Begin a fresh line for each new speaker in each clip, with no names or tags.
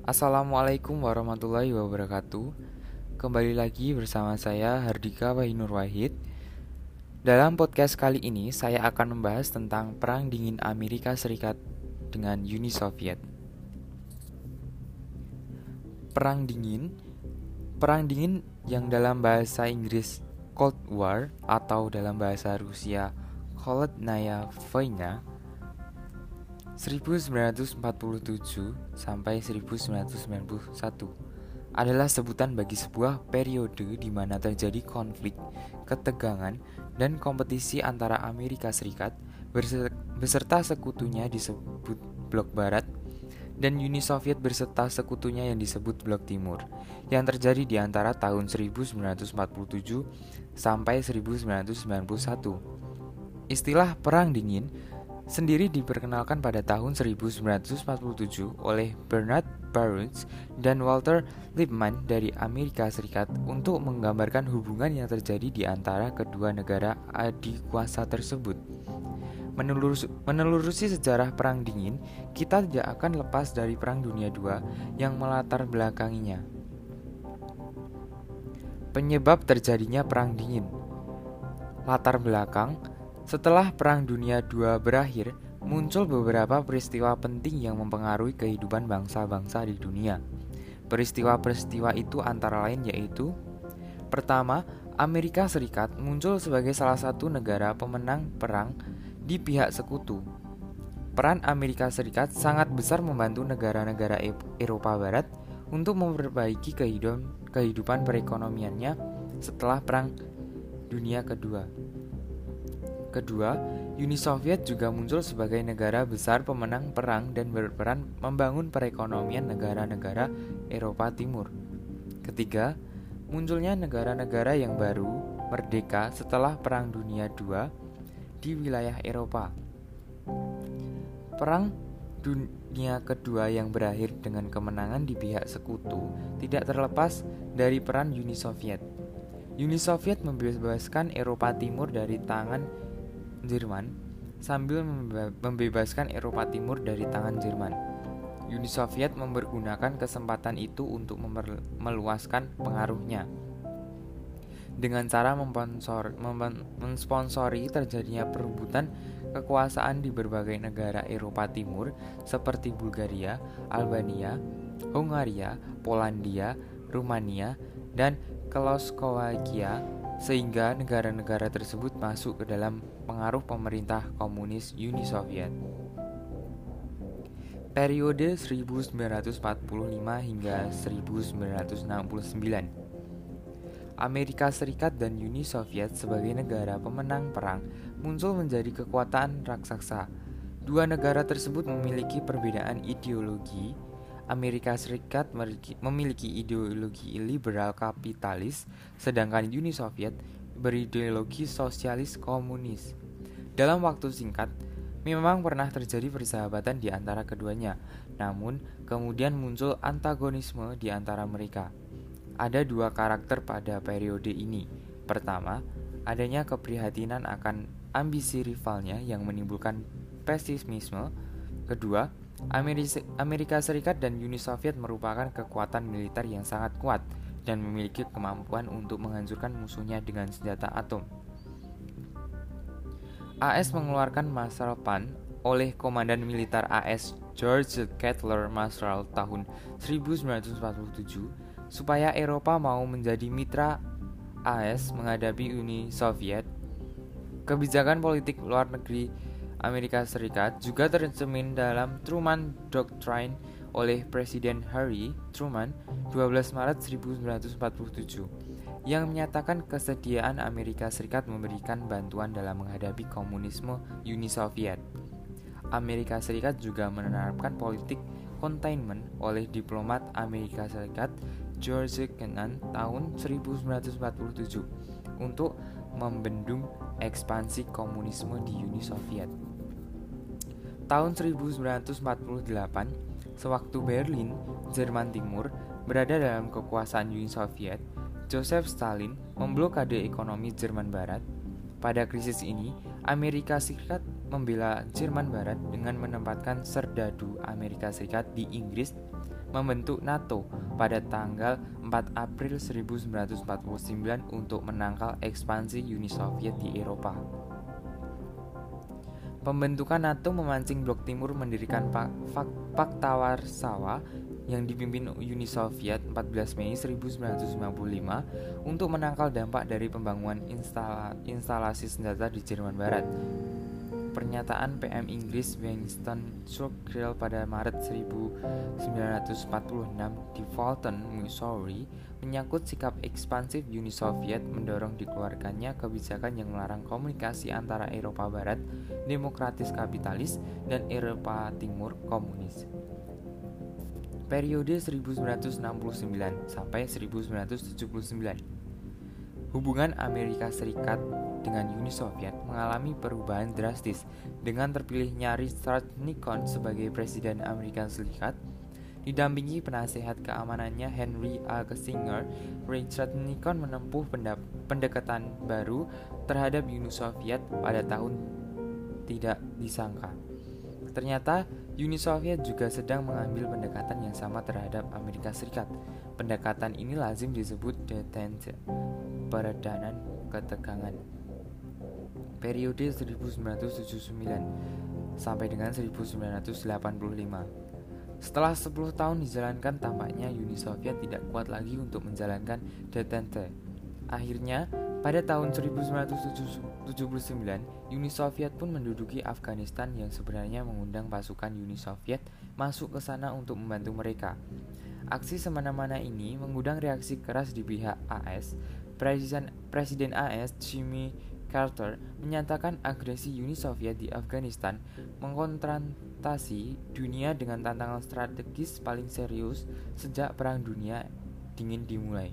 Assalamualaikum warahmatullahi wabarakatuh. Kembali lagi bersama saya Hardika Wahinur Wahid. Dalam podcast kali ini saya akan membahas tentang Perang Dingin Amerika Serikat dengan Uni Soviet. Perang Dingin yang dalam bahasa Inggris Cold War atau dalam bahasa Rusia Холодная война 1947 sampai 1991 adalah sebutan bagi sebuah periode di mana terjadi konflik, ketegangan, dan kompetisi antara Amerika Serikat beserta sekutunya disebut Blok Barat dan Uni Soviet beserta sekutunya yang disebut Blok Timur yang terjadi di antara tahun 1947 sampai 1991. Istilah Perang Dingin sendiri diperkenalkan pada tahun 1947 oleh Bernard Baruch dan Walter Lippmann dari Amerika Serikat untuk menggambarkan hubungan yang terjadi di antara kedua negara adikuasa tersebut. Menelusuri sejarah Perang Dingin, kita tidak akan lepas dari Perang Dunia II yang melatar belakanginya. Penyebab terjadinya Perang Dingin. Latar belakang. Setelah Perang Dunia II berakhir, muncul beberapa peristiwa penting yang mempengaruhi kehidupan bangsa-bangsa di dunia. Peristiwa-peristiwa itu antara lain yaitu: pertama, Amerika Serikat muncul sebagai salah satu negara pemenang perang di pihak sekutu. Peran Amerika Serikat sangat besar membantu negara-negara Eropa Barat untuk memperbaiki kehidupan perekonomiannya setelah Perang Dunia Kedua. Kedua, Uni Soviet juga muncul sebagai negara besar pemenang perang dan berperan membangun perekonomian negara-negara Eropa Timur. Ketiga, munculnya negara-negara yang baru merdeka setelah Perang Dunia II di wilayah Eropa. Perang Dunia Kedua yang berakhir dengan kemenangan di pihak sekutu tidak terlepas dari peran Uni Soviet. Uni Soviet membebaskan Eropa Timur dari tangan Jerman sambil membebaskan Eropa Timur dari tangan Jerman. Uni Soviet mempergunakan kesempatan itu untuk meluaskan pengaruhnya dengan cara mensponsori terjadinya perebutan kekuasaan di berbagai negara Eropa Timur seperti Bulgaria, Albania, Hungaria, Polandia, Rumania, dan Czechoslovakia, sehingga negara-negara tersebut masuk ke dalam pengaruh pemerintah komunis Uni Soviet. Periode 1945 hingga 1969. Amerika Serikat dan Uni Soviet sebagai negara pemenang perang muncul menjadi kekuatan raksasa. Dua negara tersebut memiliki perbedaan ideologi. Amerika Serikat memiliki ideologi liberal kapitalis, sedangkan Uni Soviet berideologi sosialis komunis. Dalam waktu singkat, memang pernah terjadi persahabatan di antara keduanya, namun kemudian muncul antagonisme di antara mereka. Ada dua karakter pada periode ini. Pertama, adanya keprihatinan akan ambisi rivalnya yang menimbulkan pesimisme. Kedua, Amerika Serikat dan Uni Soviet merupakan kekuatan militer yang sangat kuat dan memiliki kemampuan untuk menghancurkan musuhnya dengan senjata atom. AS mengeluarkan Marshall Plan oleh Komandan Militer AS George Cutler Marshall tahun 1947 supaya Eropa mau menjadi mitra AS menghadapi Uni Soviet. Kebijakan politik luar negeri Amerika Serikat juga tercermin dalam Truman Doctrine oleh Presiden Harry Truman 12 Maret 1947 yang menyatakan kesediaan Amerika Serikat memberikan bantuan dalam menghadapi komunisme Uni Soviet. Amerika Serikat juga menerapkan politik containment oleh diplomat Amerika Serikat George Kennan tahun 1947 untuk membendung ekspansi komunisme di Uni Soviet. Tahun 1948, sewaktu Berlin, Jerman Timur, berada dalam kekuasaan Uni Soviet, Joseph Stalin memblokade ekonomi Jerman Barat. Pada krisis ini, Amerika Serikat membela Jerman Barat dengan menempatkan serdadu Amerika Serikat di Inggris membentuk NATO pada tanggal 4 April 1949 untuk menangkal ekspansi Uni Soviet di Eropa. Pembentukan NATO memancing Blok Timur mendirikan Pakta Warsawa yang dipimpin Uni Soviet 14 Mei 1955 untuk menangkal dampak dari pembangunan instalasi senjata di Jerman Barat. Pernyataan PM Inggris Winston Churchill pada Maret 1946 di Fulton, Missouri menyangkut sikap ekspansif Uni Soviet mendorong dikeluarkannya kebijakan yang melarang komunikasi antara Eropa Barat demokratis kapitalis dan Eropa Timur komunis. Periode 1969 sampai 1979. Hubungan Amerika Serikat dengan Uni Soviet mengalami perubahan drastis dengan terpilihnya Richard Nixon sebagai Presiden Amerika Serikat. Didampingi penasehat keamanannya Henry A. Kissinger, Richard Nixon menempuh pendekatan baru terhadap Uni Soviet pada tahun tidak disangka. Ternyata Uni Soviet juga sedang mengambil pendekatan yang sama terhadap Amerika Serikat. Pendekatan ini lazim disebut detente, peredaran ketegangan. Periode 1979 sampai dengan 1985. Setelah 10 tahun dijalankan, tampaknya Uni Soviet tidak kuat lagi untuk menjalankan detente. Akhirnya, pada tahun 1979, Uni Soviet pun menduduki Afghanistan yang sebenarnya mengundang pasukan Uni Soviet masuk ke sana untuk membantu mereka. Aksi semena-mena ini mengundang reaksi keras di pihak AS. Presiden AS Jimmy Carter menyatakan agresi Uni Soviet di Afghanistan mengkonfrontasi dunia dengan tantangan strategis paling serius sejak Perang Dunia Dingin dimulai.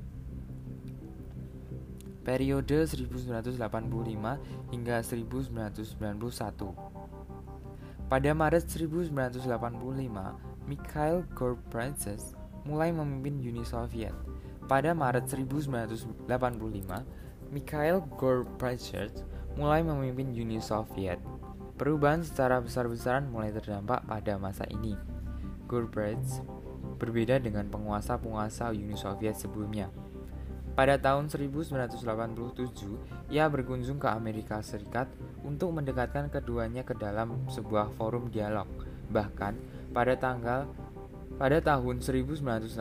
Periode 1985 hingga 1991. Pada Maret 1985, Mikhail Gorbachev mulai memimpin Uni Soviet. Pada Maret 1985, Mikhail Gorbachev mulai memimpin Uni Soviet. Perubahan secara besar-besaran mulai terdampak pada masa ini. Gorbachev berbeda dengan penguasa-penguasa Uni Soviet sebelumnya. Pada tahun 1987, ia berkunjung ke Amerika Serikat untuk mendekatkan keduanya ke dalam sebuah forum dialog. Bahkan, pada tahun 1988,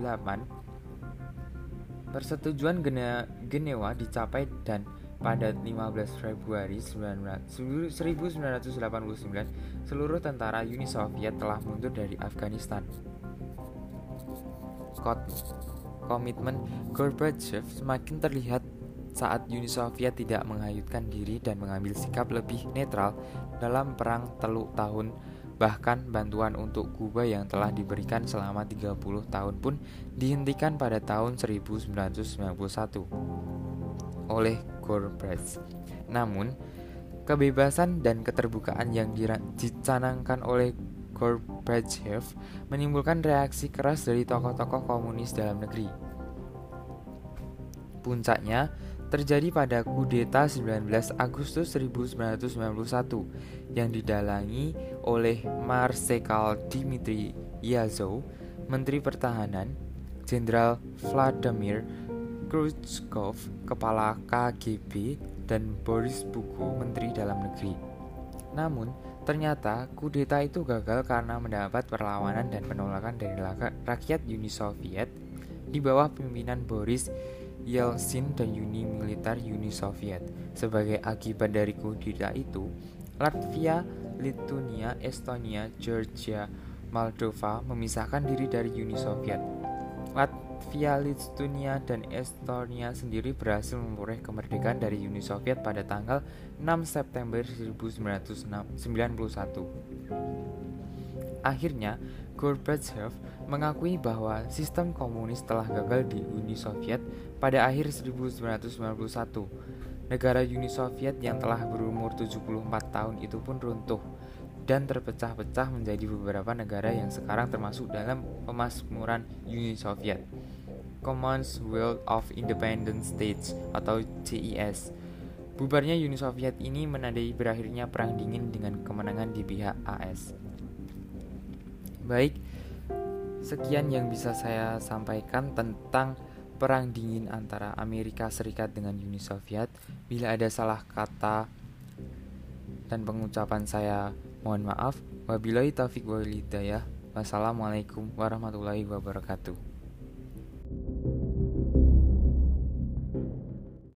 persetujuan Genewa dicapai dan pada 15 Februari 1989, seluruh tentara Uni Soviet telah mundur dari Afghanistan. Komitmen Gorbachev semakin terlihat saat Uni Soviet tidak menghanyutkan diri dan mengambil sikap lebih netral dalam Perang Teluk Tahun. Bahkan bantuan untuk Kuba yang telah diberikan selama 30 tahun pun dihentikan pada tahun 1991 oleh Gorbachev. Namun, kebebasan dan keterbukaan yang dicanangkan oleh Gorbachev menimbulkan reaksi keras dari tokoh-tokoh komunis dalam negeri. Puncaknya terjadi pada kudeta 19 Agustus 1991 yang didalangi oleh Marsekal Dmitry Yazov, Menteri Pertahanan, Jenderal Vladimir Khrushchev, Kepala KGB, dan Boris Buko, Menteri Dalam Negeri. Namun, ternyata kudeta itu gagal karena mendapat perlawanan dan penolakan dari rakyat Uni Soviet di bawah pimpinan Boris Yeltsin dan militer Uni Soviet. Sebagai akibat dari kudeta itu, Latvia, Lithuania, Estonia, Georgia, Moldova memisahkan diri dari Uni Soviet. Latvia, Lithuania, dan Estonia sendiri berhasil memperoleh kemerdekaan dari Uni Soviet pada tanggal 6 September 1991. Akhirnya, Gorbachev mengakui bahwa sistem komunis telah gagal di Uni Soviet pada akhir 1991. Negara Uni Soviet yang telah berumur 74 tahun itu pun runtuh dan terpecah-pecah menjadi beberapa negara yang sekarang termasuk dalam pemakmuran Uni Soviet, Commonwealth of Independent States atau CIS. Bubarnya Uni Soviet ini menandai berakhirnya Perang Dingin dengan kemenangan di pihak AS. Baik, Sekian yang bisa saya sampaikan tentang Perang Dingin antara Amerika Serikat dengan Uni Soviet. Bila ada salah kata dan pengucapan saya, mohon maaf. Wabillahi taufiq wal hidayah. Wassalamualaikum warahmatullahi wabarakatuh.